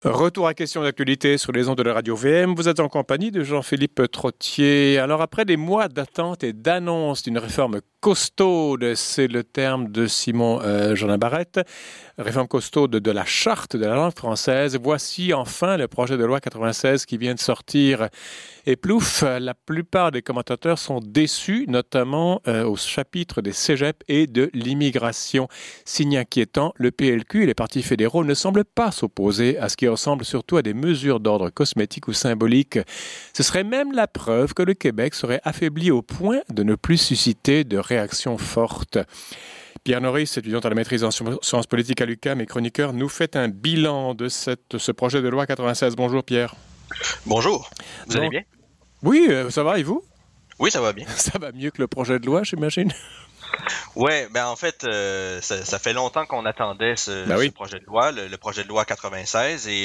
Retour à question d'actualité sur les ondes de la radio VM. Vous êtes en compagnie de Jean-Philippe Trottier. Alors, après des mois d'attente et d'annonce d'une réforme costaude, c'est le terme de Simon Jolin Barrette, réforme costaude de la charte de la langue française, voici enfin le projet de loi 96 qui vient de sortir. Et plouf, la plupart des commentateurs sont déçus, notamment au chapitre des cégeps et de l'immigration. Signe inquiétant, le PLQ et les partis fédéraux ne semblent pas s'opposer à ce qui ressemble surtout à des mesures d'ordre cosmétique ou symbolique. Ce serait même la preuve que le Québec serait affaibli au point de ne plus susciter de réactions fortes. Pierre Norris, étudiant à la maîtrise en sciences politiques à l'UQAM et chroniqueur, nous fait un bilan de ce projet de loi 96. Bonjour Pierre. Bonjour, vous allez bien? Oui, ça va et vous? Oui, ça va bien. Ça va mieux que le projet de loi, j'imagine? Ouais, ben en fait, ça fait longtemps qu'on attendait ce projet de loi, le projet de loi 96, et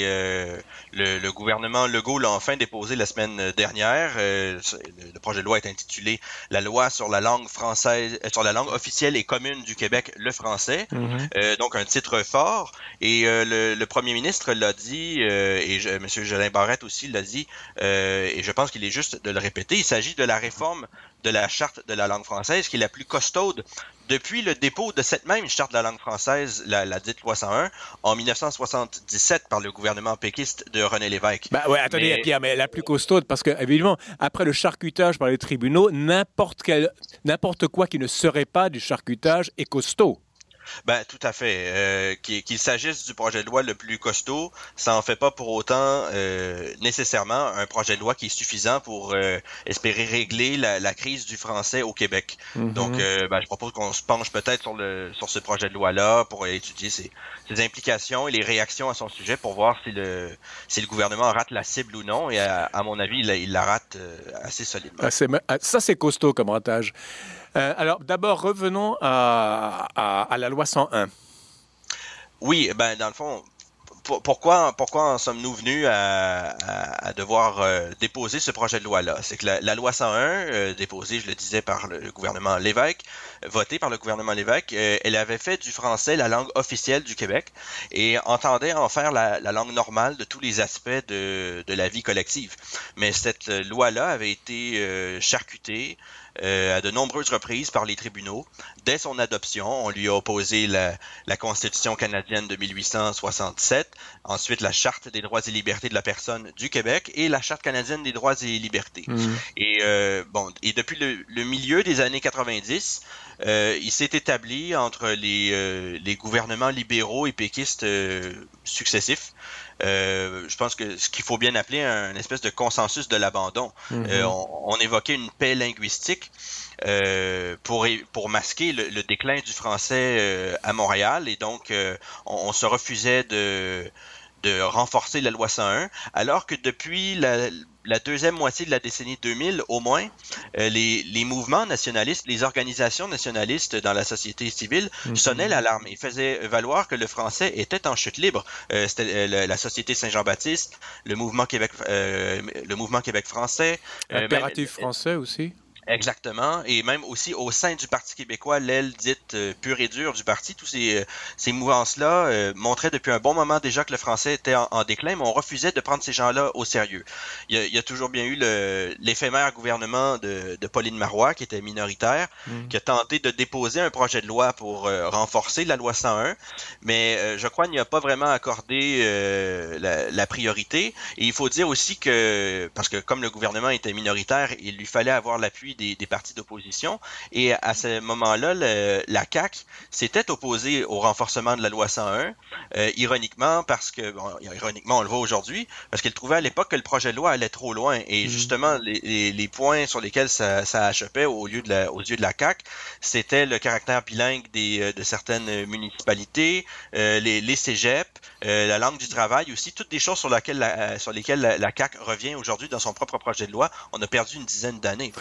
le gouvernement Legault l'a enfin déposé la semaine dernière. Le projet de loi est intitulé La loi sur la langue française, sur la langue officielle et commune du Québec, le français. Donc un titre fort. Et le premier ministre l'a dit, M. Jolin Barrette aussi l'a dit, et je pense qu'il est juste de le répéter. Il s'agit de la réforme de la charte de la langue française, qui est la plus costaude depuis le dépôt de cette même charte de la langue française, la dite loi 101, en 1977 par le gouvernement péquiste de René Lévesque. Ben ouais, attendez, Pierre, mais la plus costaude, parce que, évidemment, après le charcutage par les tribunaux, n'importe quoi qui ne serait pas du charcutage est costaud. Ben, tout à fait. Qu'il s'agisse du projet de loi le plus costaud, ça en fait pas pour autant nécessairement un projet de loi qui est suffisant pour espérer régler la crise du français au Québec. Donc, je propose qu'on se penche peut-être sur ce projet de loi-là pour étudier ses implications et les réactions à son sujet pour voir si le gouvernement rate la cible ou non. Et à mon avis, il la rate assez solidement. Ça, c'est costaud comme ratage. Alors, d'abord, revenons à la loi 101. Oui, ben dans le fond, pourquoi en sommes-nous venus à devoir déposer ce projet de loi-là? C'est que la loi 101, déposée, je le disais, par le gouvernement Lévesque, votée par le gouvernement Lévesque, elle avait fait du français la langue officielle du Québec et entendait en faire la langue normale de tous les aspects de la vie collective. Mais cette loi-là avait été charcutée à de nombreuses reprises par les tribunaux. Dès son adoption, on lui a opposé la Constitution canadienne de 1867, ensuite la Charte des droits et libertés de la personne du Québec et la Charte canadienne des droits et libertés. Et depuis le milieu des années 90, il s'est établi entre les gouvernements libéraux et péquistes successifs. Je pense que ce qu'il faut bien appeler un espèce de consensus de l'abandon. On évoquait une paix linguistique pour masquer le déclin du français à Montréal, et donc on se refusait de renforcer la loi 101, alors que depuis la deuxième moitié de la décennie 2000, au moins, les mouvements nationalistes, les organisations nationalistes dans la société civile sonnaient l'alarme et faisaient valoir que le français était en chute libre. C'était la Société Saint-Jean-Baptiste, le mouvement Québec français. Impératif français aussi. Exactement, et même aussi au sein du Parti québécois, l'aile dite pure et dure du parti, tous ces mouvances-là montraient depuis un bon moment déjà que le français était en déclin, mais on refusait de prendre ces gens-là au sérieux. Il y a toujours bien eu l'éphémère gouvernement de Pauline Marois, qui était minoritaire, qui a tenté de déposer un projet de loi pour renforcer la loi 101, mais je crois qu'il n'y a pas vraiment accordé la priorité. Et il faut dire aussi que, parce que comme le gouvernement était minoritaire, il lui fallait avoir l'appui des partis d'opposition. Et à ce moment-là, la CAQ s'était opposée au renforcement de la loi 101, ironiquement, ironiquement, on le voit aujourd'hui, parce qu'elle trouvait à l'époque que le projet de loi allait trop loin. Et justement, les points sur lesquels ça achoppait aux yeux de la CAQ, c'était le caractère bilingue de certaines municipalités, les cégeps, la langue du travail aussi, toutes des choses sur lesquelles la CAQ revient aujourd'hui dans son propre projet de loi. On a perdu une dizaine d'années presque avec ça.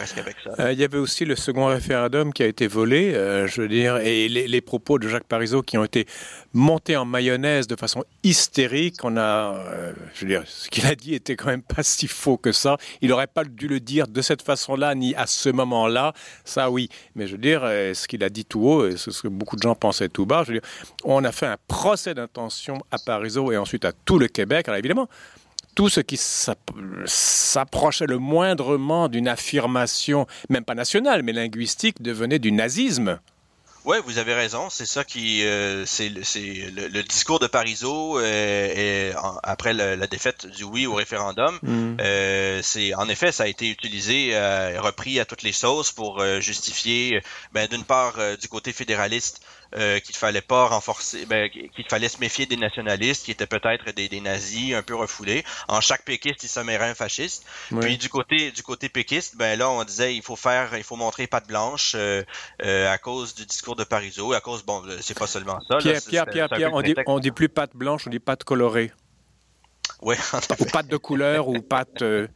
ça. Il y avait aussi le second référendum qui a été volé, je veux dire, et les propos de Jacques Parizeau qui ont été montés en mayonnaise de façon hystérique. Je veux dire, ce qu'il a dit était quand même pas si faux que ça. Il n'aurait pas dû le dire de cette façon-là, ni à ce moment-là. Ça, oui. Mais je veux dire, ce qu'il a dit tout haut, et ce que beaucoup de gens pensaient tout bas, je veux dire, on a fait un procès d'intention à Parizeau et ensuite à tout le Québec. Alors évidemment, tout ce qui s'approchait le moindrement d'une affirmation, même pas nationale, mais linguistique, devenait du nazisme. Oui, vous avez raison. C'est ça qui, c'est le discours de Parizeau après la défaite du oui au référendum. En effet, ça a été utilisé, repris à toutes les sauces pour justifier, d'une part du côté fédéraliste. Qu'il fallait pas renforcer, qu'il fallait se méfier des nationalistes, qui étaient peut-être des nazis un peu refoulés. En chaque péquiste, il sommerait un fasciste. Oui. Puis du côté péquiste, là on disait il faut montrer patte blanche à cause du discours de Parizeau, à cause c'est pas seulement ça. Pierre, on dit plus patte blanche, on dit patte colorée. Oui. Ou patte de couleur ou patte je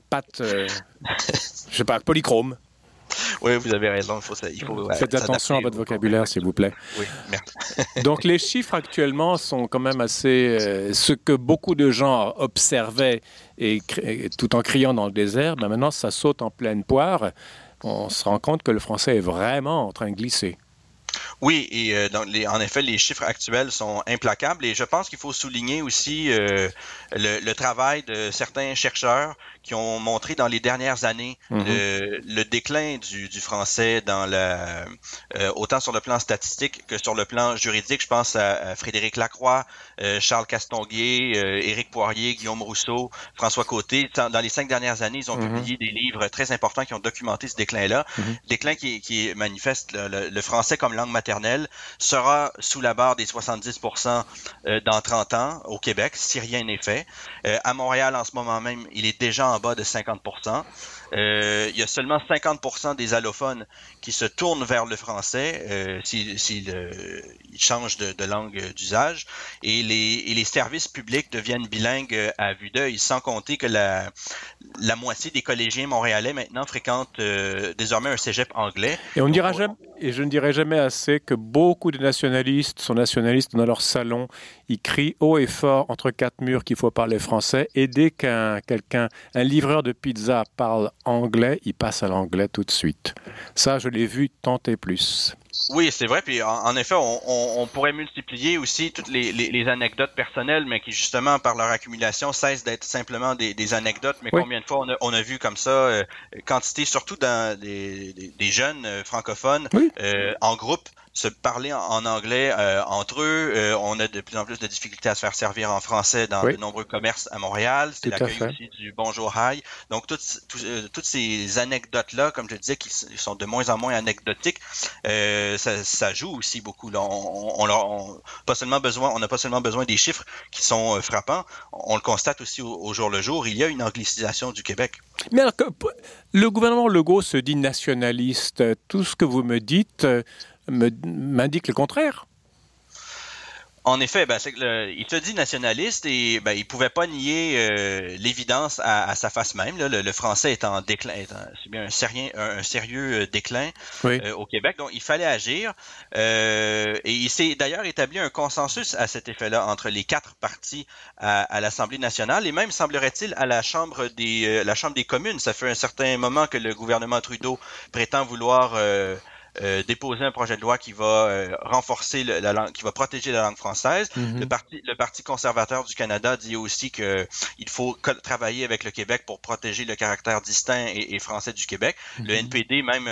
sais pas, polychrome. Oui, vous avez raison. Faites attention à votre vocabulaire, s'il vous plaît. Oui, merci. Donc, les chiffres actuellement sont quand même assez... ce que beaucoup de gens observaient et tout en criant dans le désert, maintenant, ça saute en pleine poire. On se rend compte que le français est vraiment en train de glisser. Oui, et en effet, les chiffres actuels sont implacables et je pense qu'il faut souligner aussi le travail de certains chercheurs qui ont montré dans les dernières années le déclin du français autant sur le plan statistique que sur le plan juridique. Je pense à Frédéric Lacroix, Charles Castonguay, Éric Poirier, Guillaume Rousseau, François Côté. Dans les 5 dernières années, ils ont publié des livres très importants qui ont documenté ce déclin-là. Déclin qui manifeste le français comme langue maternelle sera sous la barre des 70% dans 30 ans au Québec, si rien n'est fait. À Montréal, en ce moment même, il est déjà en bas de 50%. Il y a seulement 50% des allophones qui se tournent vers le français s'ils changent de langue d'usage. Et les services publics deviennent bilingues à vue d'œil, sans compter que la moitié des collégiens montréalais maintenant fréquentent désormais un cégep anglais. Et je ne dirai jamais assez que beaucoup de nationalistes sont nationalistes dans leur salon. Ils crient haut et fort entre 4 murs qu'il faut parler français. Et dès un livreur de pizza parle anglais, il passe à l'anglais tout de suite. Ça, je l'ai vu tant et plus. Oui, c'est vrai. Puis en effet, on pourrait multiplier aussi toutes les anecdotes personnelles, mais qui justement, par leur accumulation, cessent d'être simplement des anecdotes. Mais combien de fois on a vu comme ça, quantité, surtout dans des jeunes francophones, en groupe, se parler en anglais entre eux. On a de plus en plus de difficultés à se faire servir en français dans de nombreux commerces à Montréal. C'est l'accueil aussi du bonjour, hi. Donc, toutes ces anecdotes-là, comme je disais, qui sont de moins en moins anecdotiques, ça joue aussi beaucoup. Là. On n'a pas seulement besoin des chiffres qui sont frappants. On le constate aussi au jour le jour. Il y a une anglicisation du Québec. Mais alors, le gouvernement Legault se dit nationaliste. Tout ce que vous me dites m'indique le contraire. En effet, il se dit nationaliste et il pouvait pas nier l'évidence à sa face même. Là, le français est en déclin, c'est bien un sérieux déclin au Québec. Donc, il fallait agir. Et il s'est d'ailleurs établi un consensus à cet effet-là entre les 4 partis à l'Assemblée nationale et même, semblerait-il, à la Chambre des communes. Ça fait un certain moment que le gouvernement Trudeau prétend vouloir déposer un projet de loi qui va renforcer la langue, qui va protéger la langue française. Le Parti conservateur du Canada dit aussi que il faut travailler avec le Québec pour protéger le caractère distinct et français du Québec. Le NPD même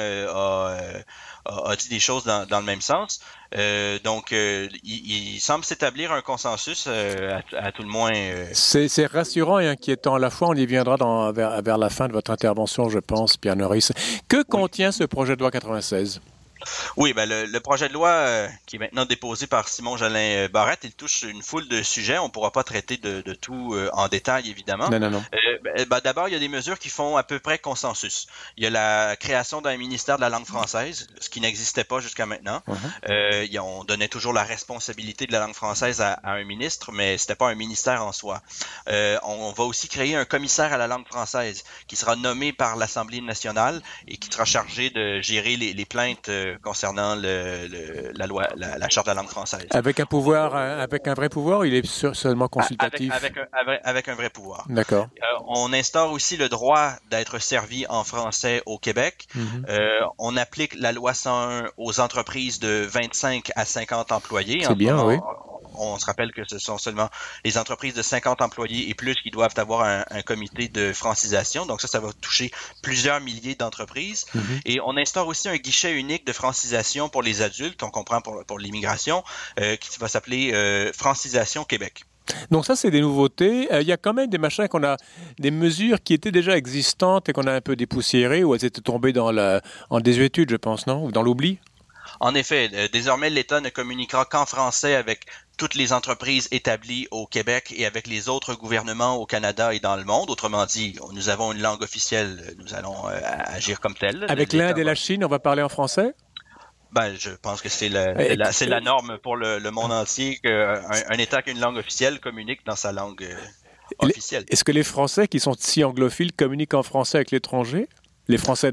a dit des choses dans le même sens. Donc, il semble s'établir un consensus à tout le moins. C'est rassurant et inquiétant à la fois. On y viendra vers la fin de votre intervention, je pense, Pierre Norris. Que contient ce projet de loi 96? Oui, le projet de loi qui est maintenant déposé par Simon Jolin Barrette, il touche une foule de sujets. On ne pourra pas traiter de tout en détail, évidemment. Non. D'abord, il y a des mesures qui font à peu près consensus. Il y a la création d'un ministère de la langue française, ce qui n'existait pas jusqu'à maintenant. On donnait toujours la responsabilité de la langue française à un ministre, mais c'était pas un ministère en soi. On va aussi créer un commissaire à la langue française qui sera nommé par l'Assemblée nationale et qui sera chargé de gérer les plaintes concernant la loi, la charte de la langue française. Avec un pouvoir, avec un vrai pouvoir, ou il est seulement consultatif? Avec un vrai pouvoir. D'accord. On instaure aussi le droit d'être servi en français au Québec. On applique la loi 101 aux entreprises de 25 à 50 employés. C'est bien, oui. On se rappelle que ce sont seulement les entreprises de 50 employés et plus qui doivent avoir un comité de francisation. Donc ça va toucher plusieurs milliers d'entreprises. Et on instaure aussi un guichet unique de francisation pour les adultes, on comprend pour l'immigration, qui va s'appeler Francisation Québec. Donc ça, c'est des nouveautés. Il y a quand même des machins des mesures qui étaient déjà existantes et qu'on a un peu dépoussiérées, ou elles étaient tombées en désuétude, je pense, non? Ou dans l'oubli? En effet, désormais, l'État ne communiquera qu'en français avec toutes les entreprises établies au Québec et avec les autres gouvernements au Canada et dans le monde. Autrement dit, nous avons une langue officielle, nous allons agir comme telle. Avec l'Inde et la Chine, on va parler en français? Je pense que c'est la norme pour le monde entier qu'un État qui a une langue officielle communique dans sa langue officielle. Est-ce que les Français qui sont si anglophiles communiquent en français avec l'étranger? Les Français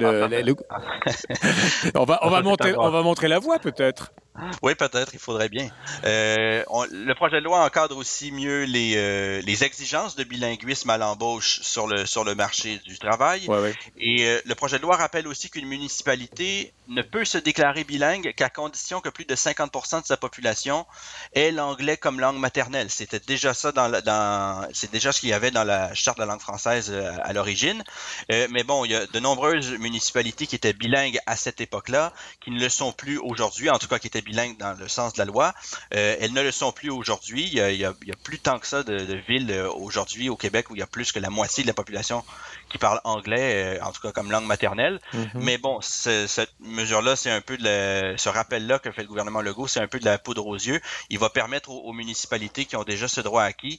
on va montrer la voie peut-être. Oui, peut-être, il faudrait bien. Le projet de loi encadre aussi mieux les exigences de bilinguisme à l'embauche sur le marché du travail. Ouais. Et le projet de loi rappelle aussi qu'une municipalité ne peut se déclarer bilingue qu'à condition que plus de 50% de sa population ait l'anglais comme langue maternelle. C'était déjà ça c'est déjà ce qu'il y avait dans la charte de la langue française à l'origine. Mais bon, il y a de nombreuses municipalités qui étaient bilingues à cette époque-là, qui ne le sont plus aujourd'hui, en tout cas qui étaient bilingues dans le sens de la loi. Elles ne le sont plus aujourd'hui. Il y a plus tant que ça de villes aujourd'hui au Québec où il y a plus que la moitié de la population qui parle anglais, en tout cas comme langue maternelle. Mais bon, cette mesure-là, c'est un peu ce rappel-là que fait le gouvernement Legault, c'est un peu de la poudre aux yeux. Il va permettre aux municipalités qui ont déjà ce droit acquis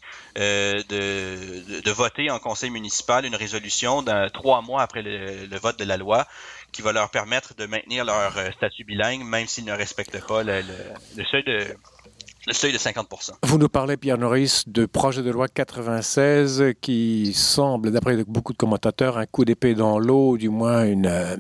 de voter en conseil municipal une résolution 3 mois après le vote de la loi qui va leur permettre de maintenir leur statut bilingue, même s'ils ne respectent pas le seuil de 50%. Vous nous parlez, Pierre Norris, de projet de loi 96 qui semble, d'après beaucoup de commentateurs, un coup d'épée dans l'eau, du moins une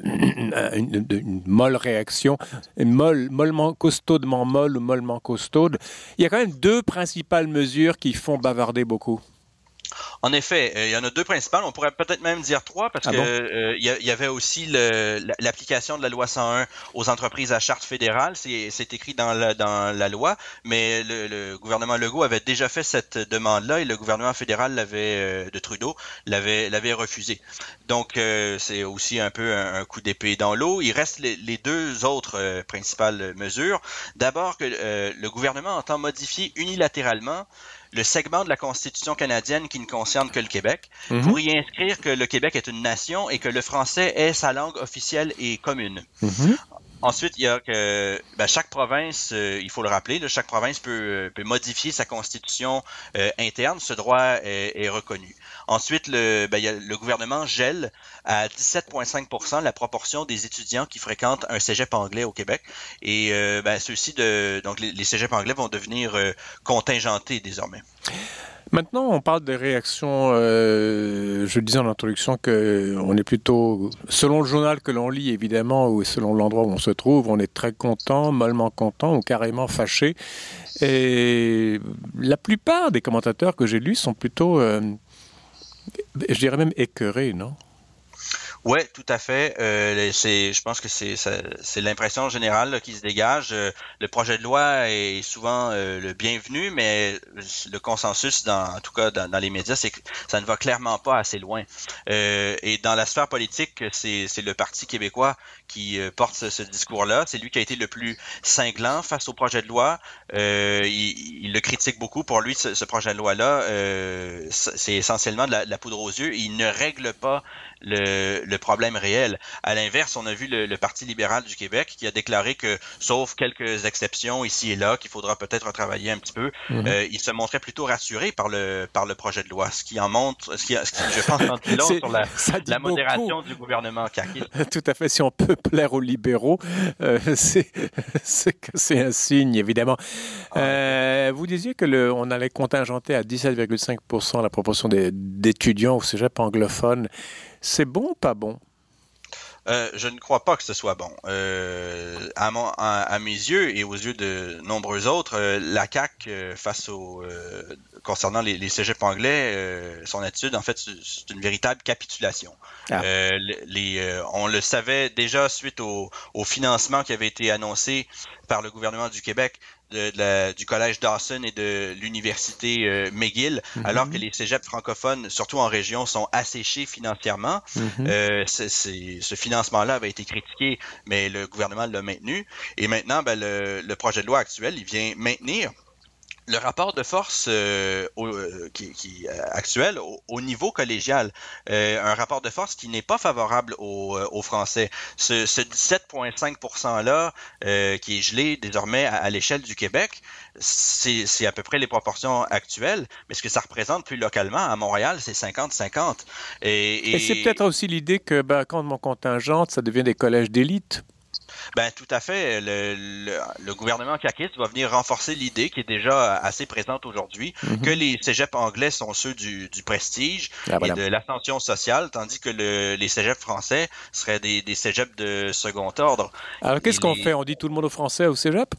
molle réaction, mollement costaude molle ou mollement costaude. Il y a quand même 2 principales mesures qui font bavarder beaucoup. En effet, il y en a 2 principales. On pourrait peut-être même dire 3 parce que il y avait aussi l'application de la loi 101 aux entreprises à charte fédérale. C'est écrit dans la loi, mais le gouvernement Legault avait déjà fait cette demande-là et le gouvernement fédéral de Trudeau l'avait refusé. Donc c'est aussi un peu un coup d'épée dans l'eau. Il reste les 2 autres principales mesures. D'abord que le gouvernement entend modifier unilatéralement le segment de la Constitution canadienne qui ne concerne que le Québec, pour y inscrire que le Québec est une nation et que le français est sa langue officielle et commune. Ensuite, il y a que chaque province, il faut le rappeler, chaque province peut modifier sa constitution interne. Ce droit est reconnu. Ensuite, le gouvernement gèle à 17,5% la proportion des étudiants qui fréquentent un cégep anglais au Québec. Et donc les cégeps anglais vont devenir contingentés désormais. Maintenant, on parle des réactions. Je disais en introduction qu'on est plutôt, selon le journal que l'on lit évidemment, ou selon l'endroit où on se trouve, on est très content, mollement content ou carrément fâché. Et la plupart des commentateurs que j'ai lus sont plutôt, je dirais même écœurés, non? Oui, tout à fait. Je pense que c'est l'impression générale là, qui se dégage. Le projet de loi est souvent le bienvenu, mais le consensus, en tout cas dans les médias, c'est que ça ne va clairement pas assez loin. Et dans la sphère politique, c'est le Parti québécois qui porte ce discours-là. C'est lui qui a été le plus cinglant face au projet de loi. Il le critique beaucoup. Pour lui, ce projet de loi-là, c'est essentiellement de la poudre aux yeux. Il ne règle pas le le problème réel. À l'inverse, on a vu le Parti libéral du Québec qui a déclaré que, sauf quelques exceptions ici et là, qu'il faudra peut-être retravailler un petit peu, il se montrait plutôt rassuré par le projet de loi, ce qui en montre, ce qui je pense, en dit long sur la modération du gouvernement caquiste. Tout à fait. Si on peut plaire aux libéraux, c'est que c'est un signe, évidemment. Vous disiez que on allait contingenter à 17,5% la proportion d'étudiants au cégep anglophone. C'est bon ou pas bon? Je ne crois pas que ce soit bon. À mes yeux et aux yeux de nombreux autres, la CAQ, concernant les cégeps anglais, son attitude, en fait, c'est une véritable capitulation. On le savait déjà suite au financement qui avait été annoncé par le gouvernement du Québec du collège Dawson et de l'université McGill, alors que les cégeps francophones, surtout en région, sont asséchés financièrement. Ce financement-là avait été critiqué, mais le gouvernement l'a maintenu. Et maintenant, le projet de loi actuel, il vient maintenir le rapport de force actuel au niveau collégial, un rapport de force qui n'est pas favorable aux Français. Ce 17,5%-là qui est gelé désormais à l'échelle du Québec, c'est à peu près les proportions actuelles, mais ce que ça représente plus localement, à Montréal, c'est 50-50. Et c'est peut-être aussi l'idée que quand on contingente, ça devient des collèges d'élite. Tout à fait. Le gouvernement caquiste va venir renforcer l'idée qui est déjà assez présente aujourd'hui, que les cégeps anglais sont ceux du prestige et de l'ascension sociale, tandis que les cégeps français seraient des cégeps de second ordre. Alors qu'est-ce qu'on fait? On dit tout le monde au français au cégep?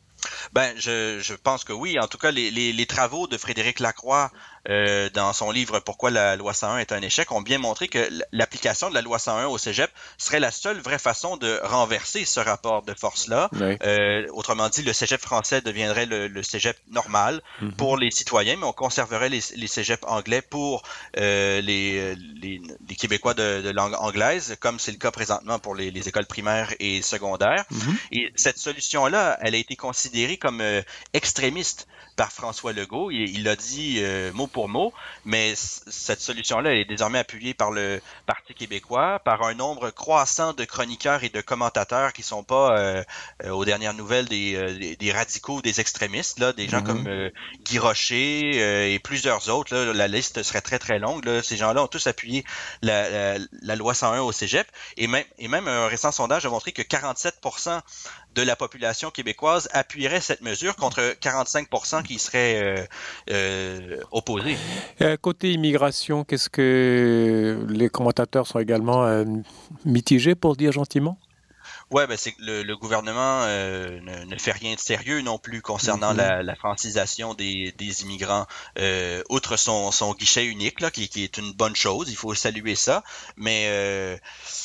Je pense que oui. En tout cas, les travaux de Frédéric Lacroix dans son livre Pourquoi la loi 101 est un échec ont bien montré que l'application de la loi 101 au cégep serait la seule vraie façon de renverser ce rapport de force-là. Oui. Autrement dit, le cégep français deviendrait le cégep normal pour les citoyens, mais on conserverait les cégeps anglais pour les Québécois de langue anglaise, comme c'est le cas présentement pour les écoles primaires et secondaires. Et cette solution-là, elle a été considérée comme extrémiste par François Legault. Il l'a dit mot pour mot, mais cette solution-là elle est désormais appuyée par le Parti québécois, par un nombre croissant de chroniqueurs et de commentateurs qui sont pas, aux dernières nouvelles, des radicaux, des extrémistes, là, des gens comme Guy Rocher et plusieurs autres. Là, la liste serait très, très longue. Là. Ces gens-là ont tous appuyé la loi 101 au cégep. Et même un récent sondage a montré que 47% de la population québécoise appuierait cette mesure contre 45% qui seraient opposés. Côté immigration, qu'est-ce que les commentateurs sont également mitigés, pour le dire gentiment? Ouais, c'est que le gouvernement ne fait rien de sérieux non plus concernant la francisation des immigrants. Outre son guichet unique, là, qui est une bonne chose, il faut saluer ça. Mais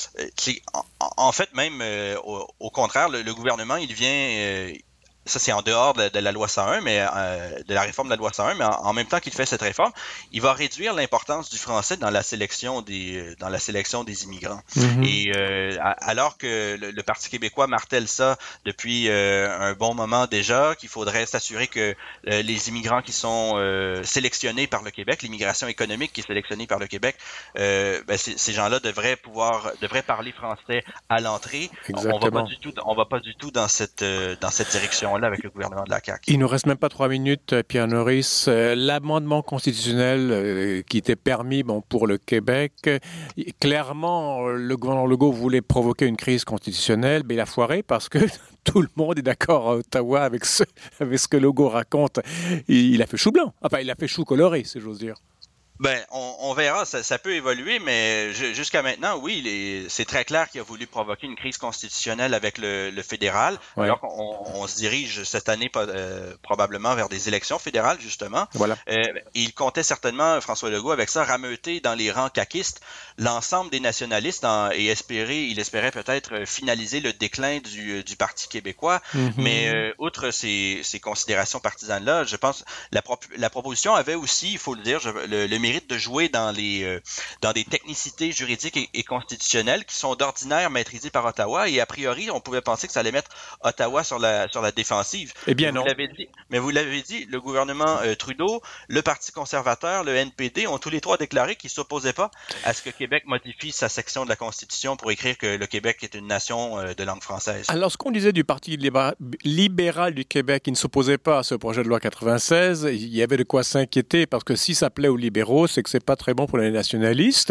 en fait, même au contraire, le gouvernement, il vient... ça, c'est en dehors de la loi 101, mais de la réforme de la loi 101, mais en même temps qu'il fait cette réforme, il va réduire l'importance du français dans la sélection des immigrants. Et alors que le Parti québécois martèle ça depuis un bon moment déjà, qu'il faudrait s'assurer que les immigrants qui sont sélectionnés par le Québec, l'immigration économique qui est sélectionnée par le Québec, ces gens-là devraient parler français à l'entrée. On va pas du tout dans cette direction avec le gouvernement de la CAQ. Il nous reste même pas 3 minutes, Pierre Norris. L'amendement constitutionnel qui était permis pour le Québec, clairement, le gouvernement Legault voulait provoquer une crise constitutionnelle, mais il a foiré parce que tout le monde est d'accord à Ottawa avec ce que Legault raconte. Il a fait chou blanc. Enfin, il a fait chou coloré, si j'ose dire. On verra, ça peut évoluer, mais jusqu'à maintenant, oui, c'est très clair qu'il a voulu provoquer une crise constitutionnelle avec le fédéral, alors qu'on se dirige cette année probablement vers des élections fédérales, justement. Voilà. Il comptait certainement, François Legault, avec ça, rameuter dans les rangs caquistes l'ensemble des nationalistes et il espérait peut-être finaliser le déclin du Parti québécois, mais outre ces considérations partisanes-là, je pense la proposition avait aussi, il faut le dire, le mérite de jouer dans des technicités juridiques et constitutionnelles qui sont d'ordinaire maîtrisées par Ottawa. Et a priori, on pouvait penser que ça allait mettre Ottawa sur la défensive. Eh bien non. Mais vous l'avez dit, le gouvernement Trudeau, le Parti conservateur, le NPD ont tous les trois déclaré qu'ils ne s'opposaient pas à ce que Québec modifie sa section de la Constitution pour écrire que le Québec est une nation de langue française. Alors, ce qu'on disait du Parti libéral du Québec, il ne s'opposait pas à ce projet de loi 96, il y avait de quoi s'inquiéter parce que si ça plaît aux libéraux, c'est que c'est pas très bon pour les nationalistes.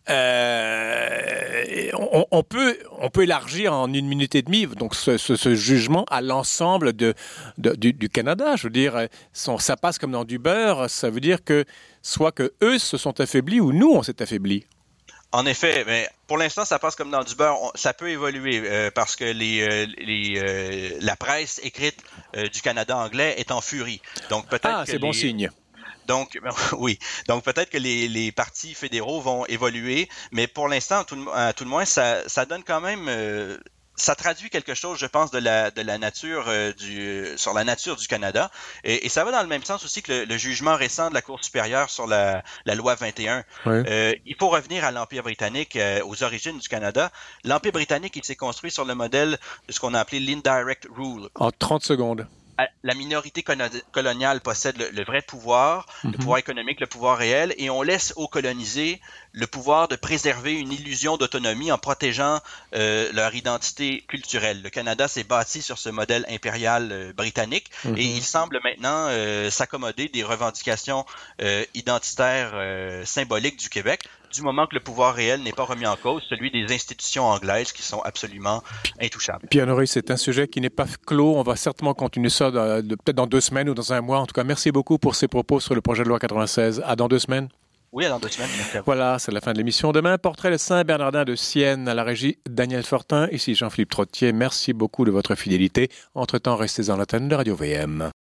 On peut élargir en 1 minute et demie donc ce jugement à l'ensemble du Canada. Je veux dire, ça passe comme dans du beurre. Ça veut dire que soit que eux se sont affaiblis ou nous on s'est affaiblis. En effet, mais pour l'instant, ça passe comme dans du beurre. Ça peut évoluer parce que la presse écrite du Canada anglais est en furie. Donc peut-être que c'est bon signe. Donc, oui. Donc, peut-être que les partis fédéraux vont évoluer, mais pour l'instant, à tout le moins, ça donne quand même, ça traduit quelque chose, je pense, de la nature sur la nature du Canada. Et ça va dans le même sens aussi que le jugement récent de la Cour supérieure sur la loi 21. Oui. Il faut revenir à l'Empire britannique, aux origines du Canada. L'Empire britannique, il s'est construit sur le modèle de ce qu'on a appelé l'indirect rule. En 30 secondes. La minorité coloniale possède le vrai pouvoir, le pouvoir économique, le pouvoir réel, et on laisse aux colonisés le pouvoir de préserver une illusion d'autonomie en protégeant leur identité culturelle. Le Canada s'est bâti sur ce modèle impérial britannique et il semble maintenant s'accommoder des revendications identitaires symboliques du Québec, du moment que le pouvoir réel n'est pas remis en cause, celui des institutions anglaises qui sont absolument intouchables. Pierre-Henri, c'est un sujet qui n'est pas clos. On va certainement continuer ça peut-être dans 2 semaines ou dans 1 mois. En tout cas, merci beaucoup pour ces propos sur le projet de loi 96. À dans 2 semaines. Oui, à dans 2 semaines. Merci à vous. Voilà, c'est la fin de l'émission. Demain, portrait de Saint-Bernardin de Sienne à la régie Daniel Fortin. Ici Jean-Philippe Trottier. Merci beaucoup de votre fidélité. Entre-temps, restez en antenne de Radio-VM.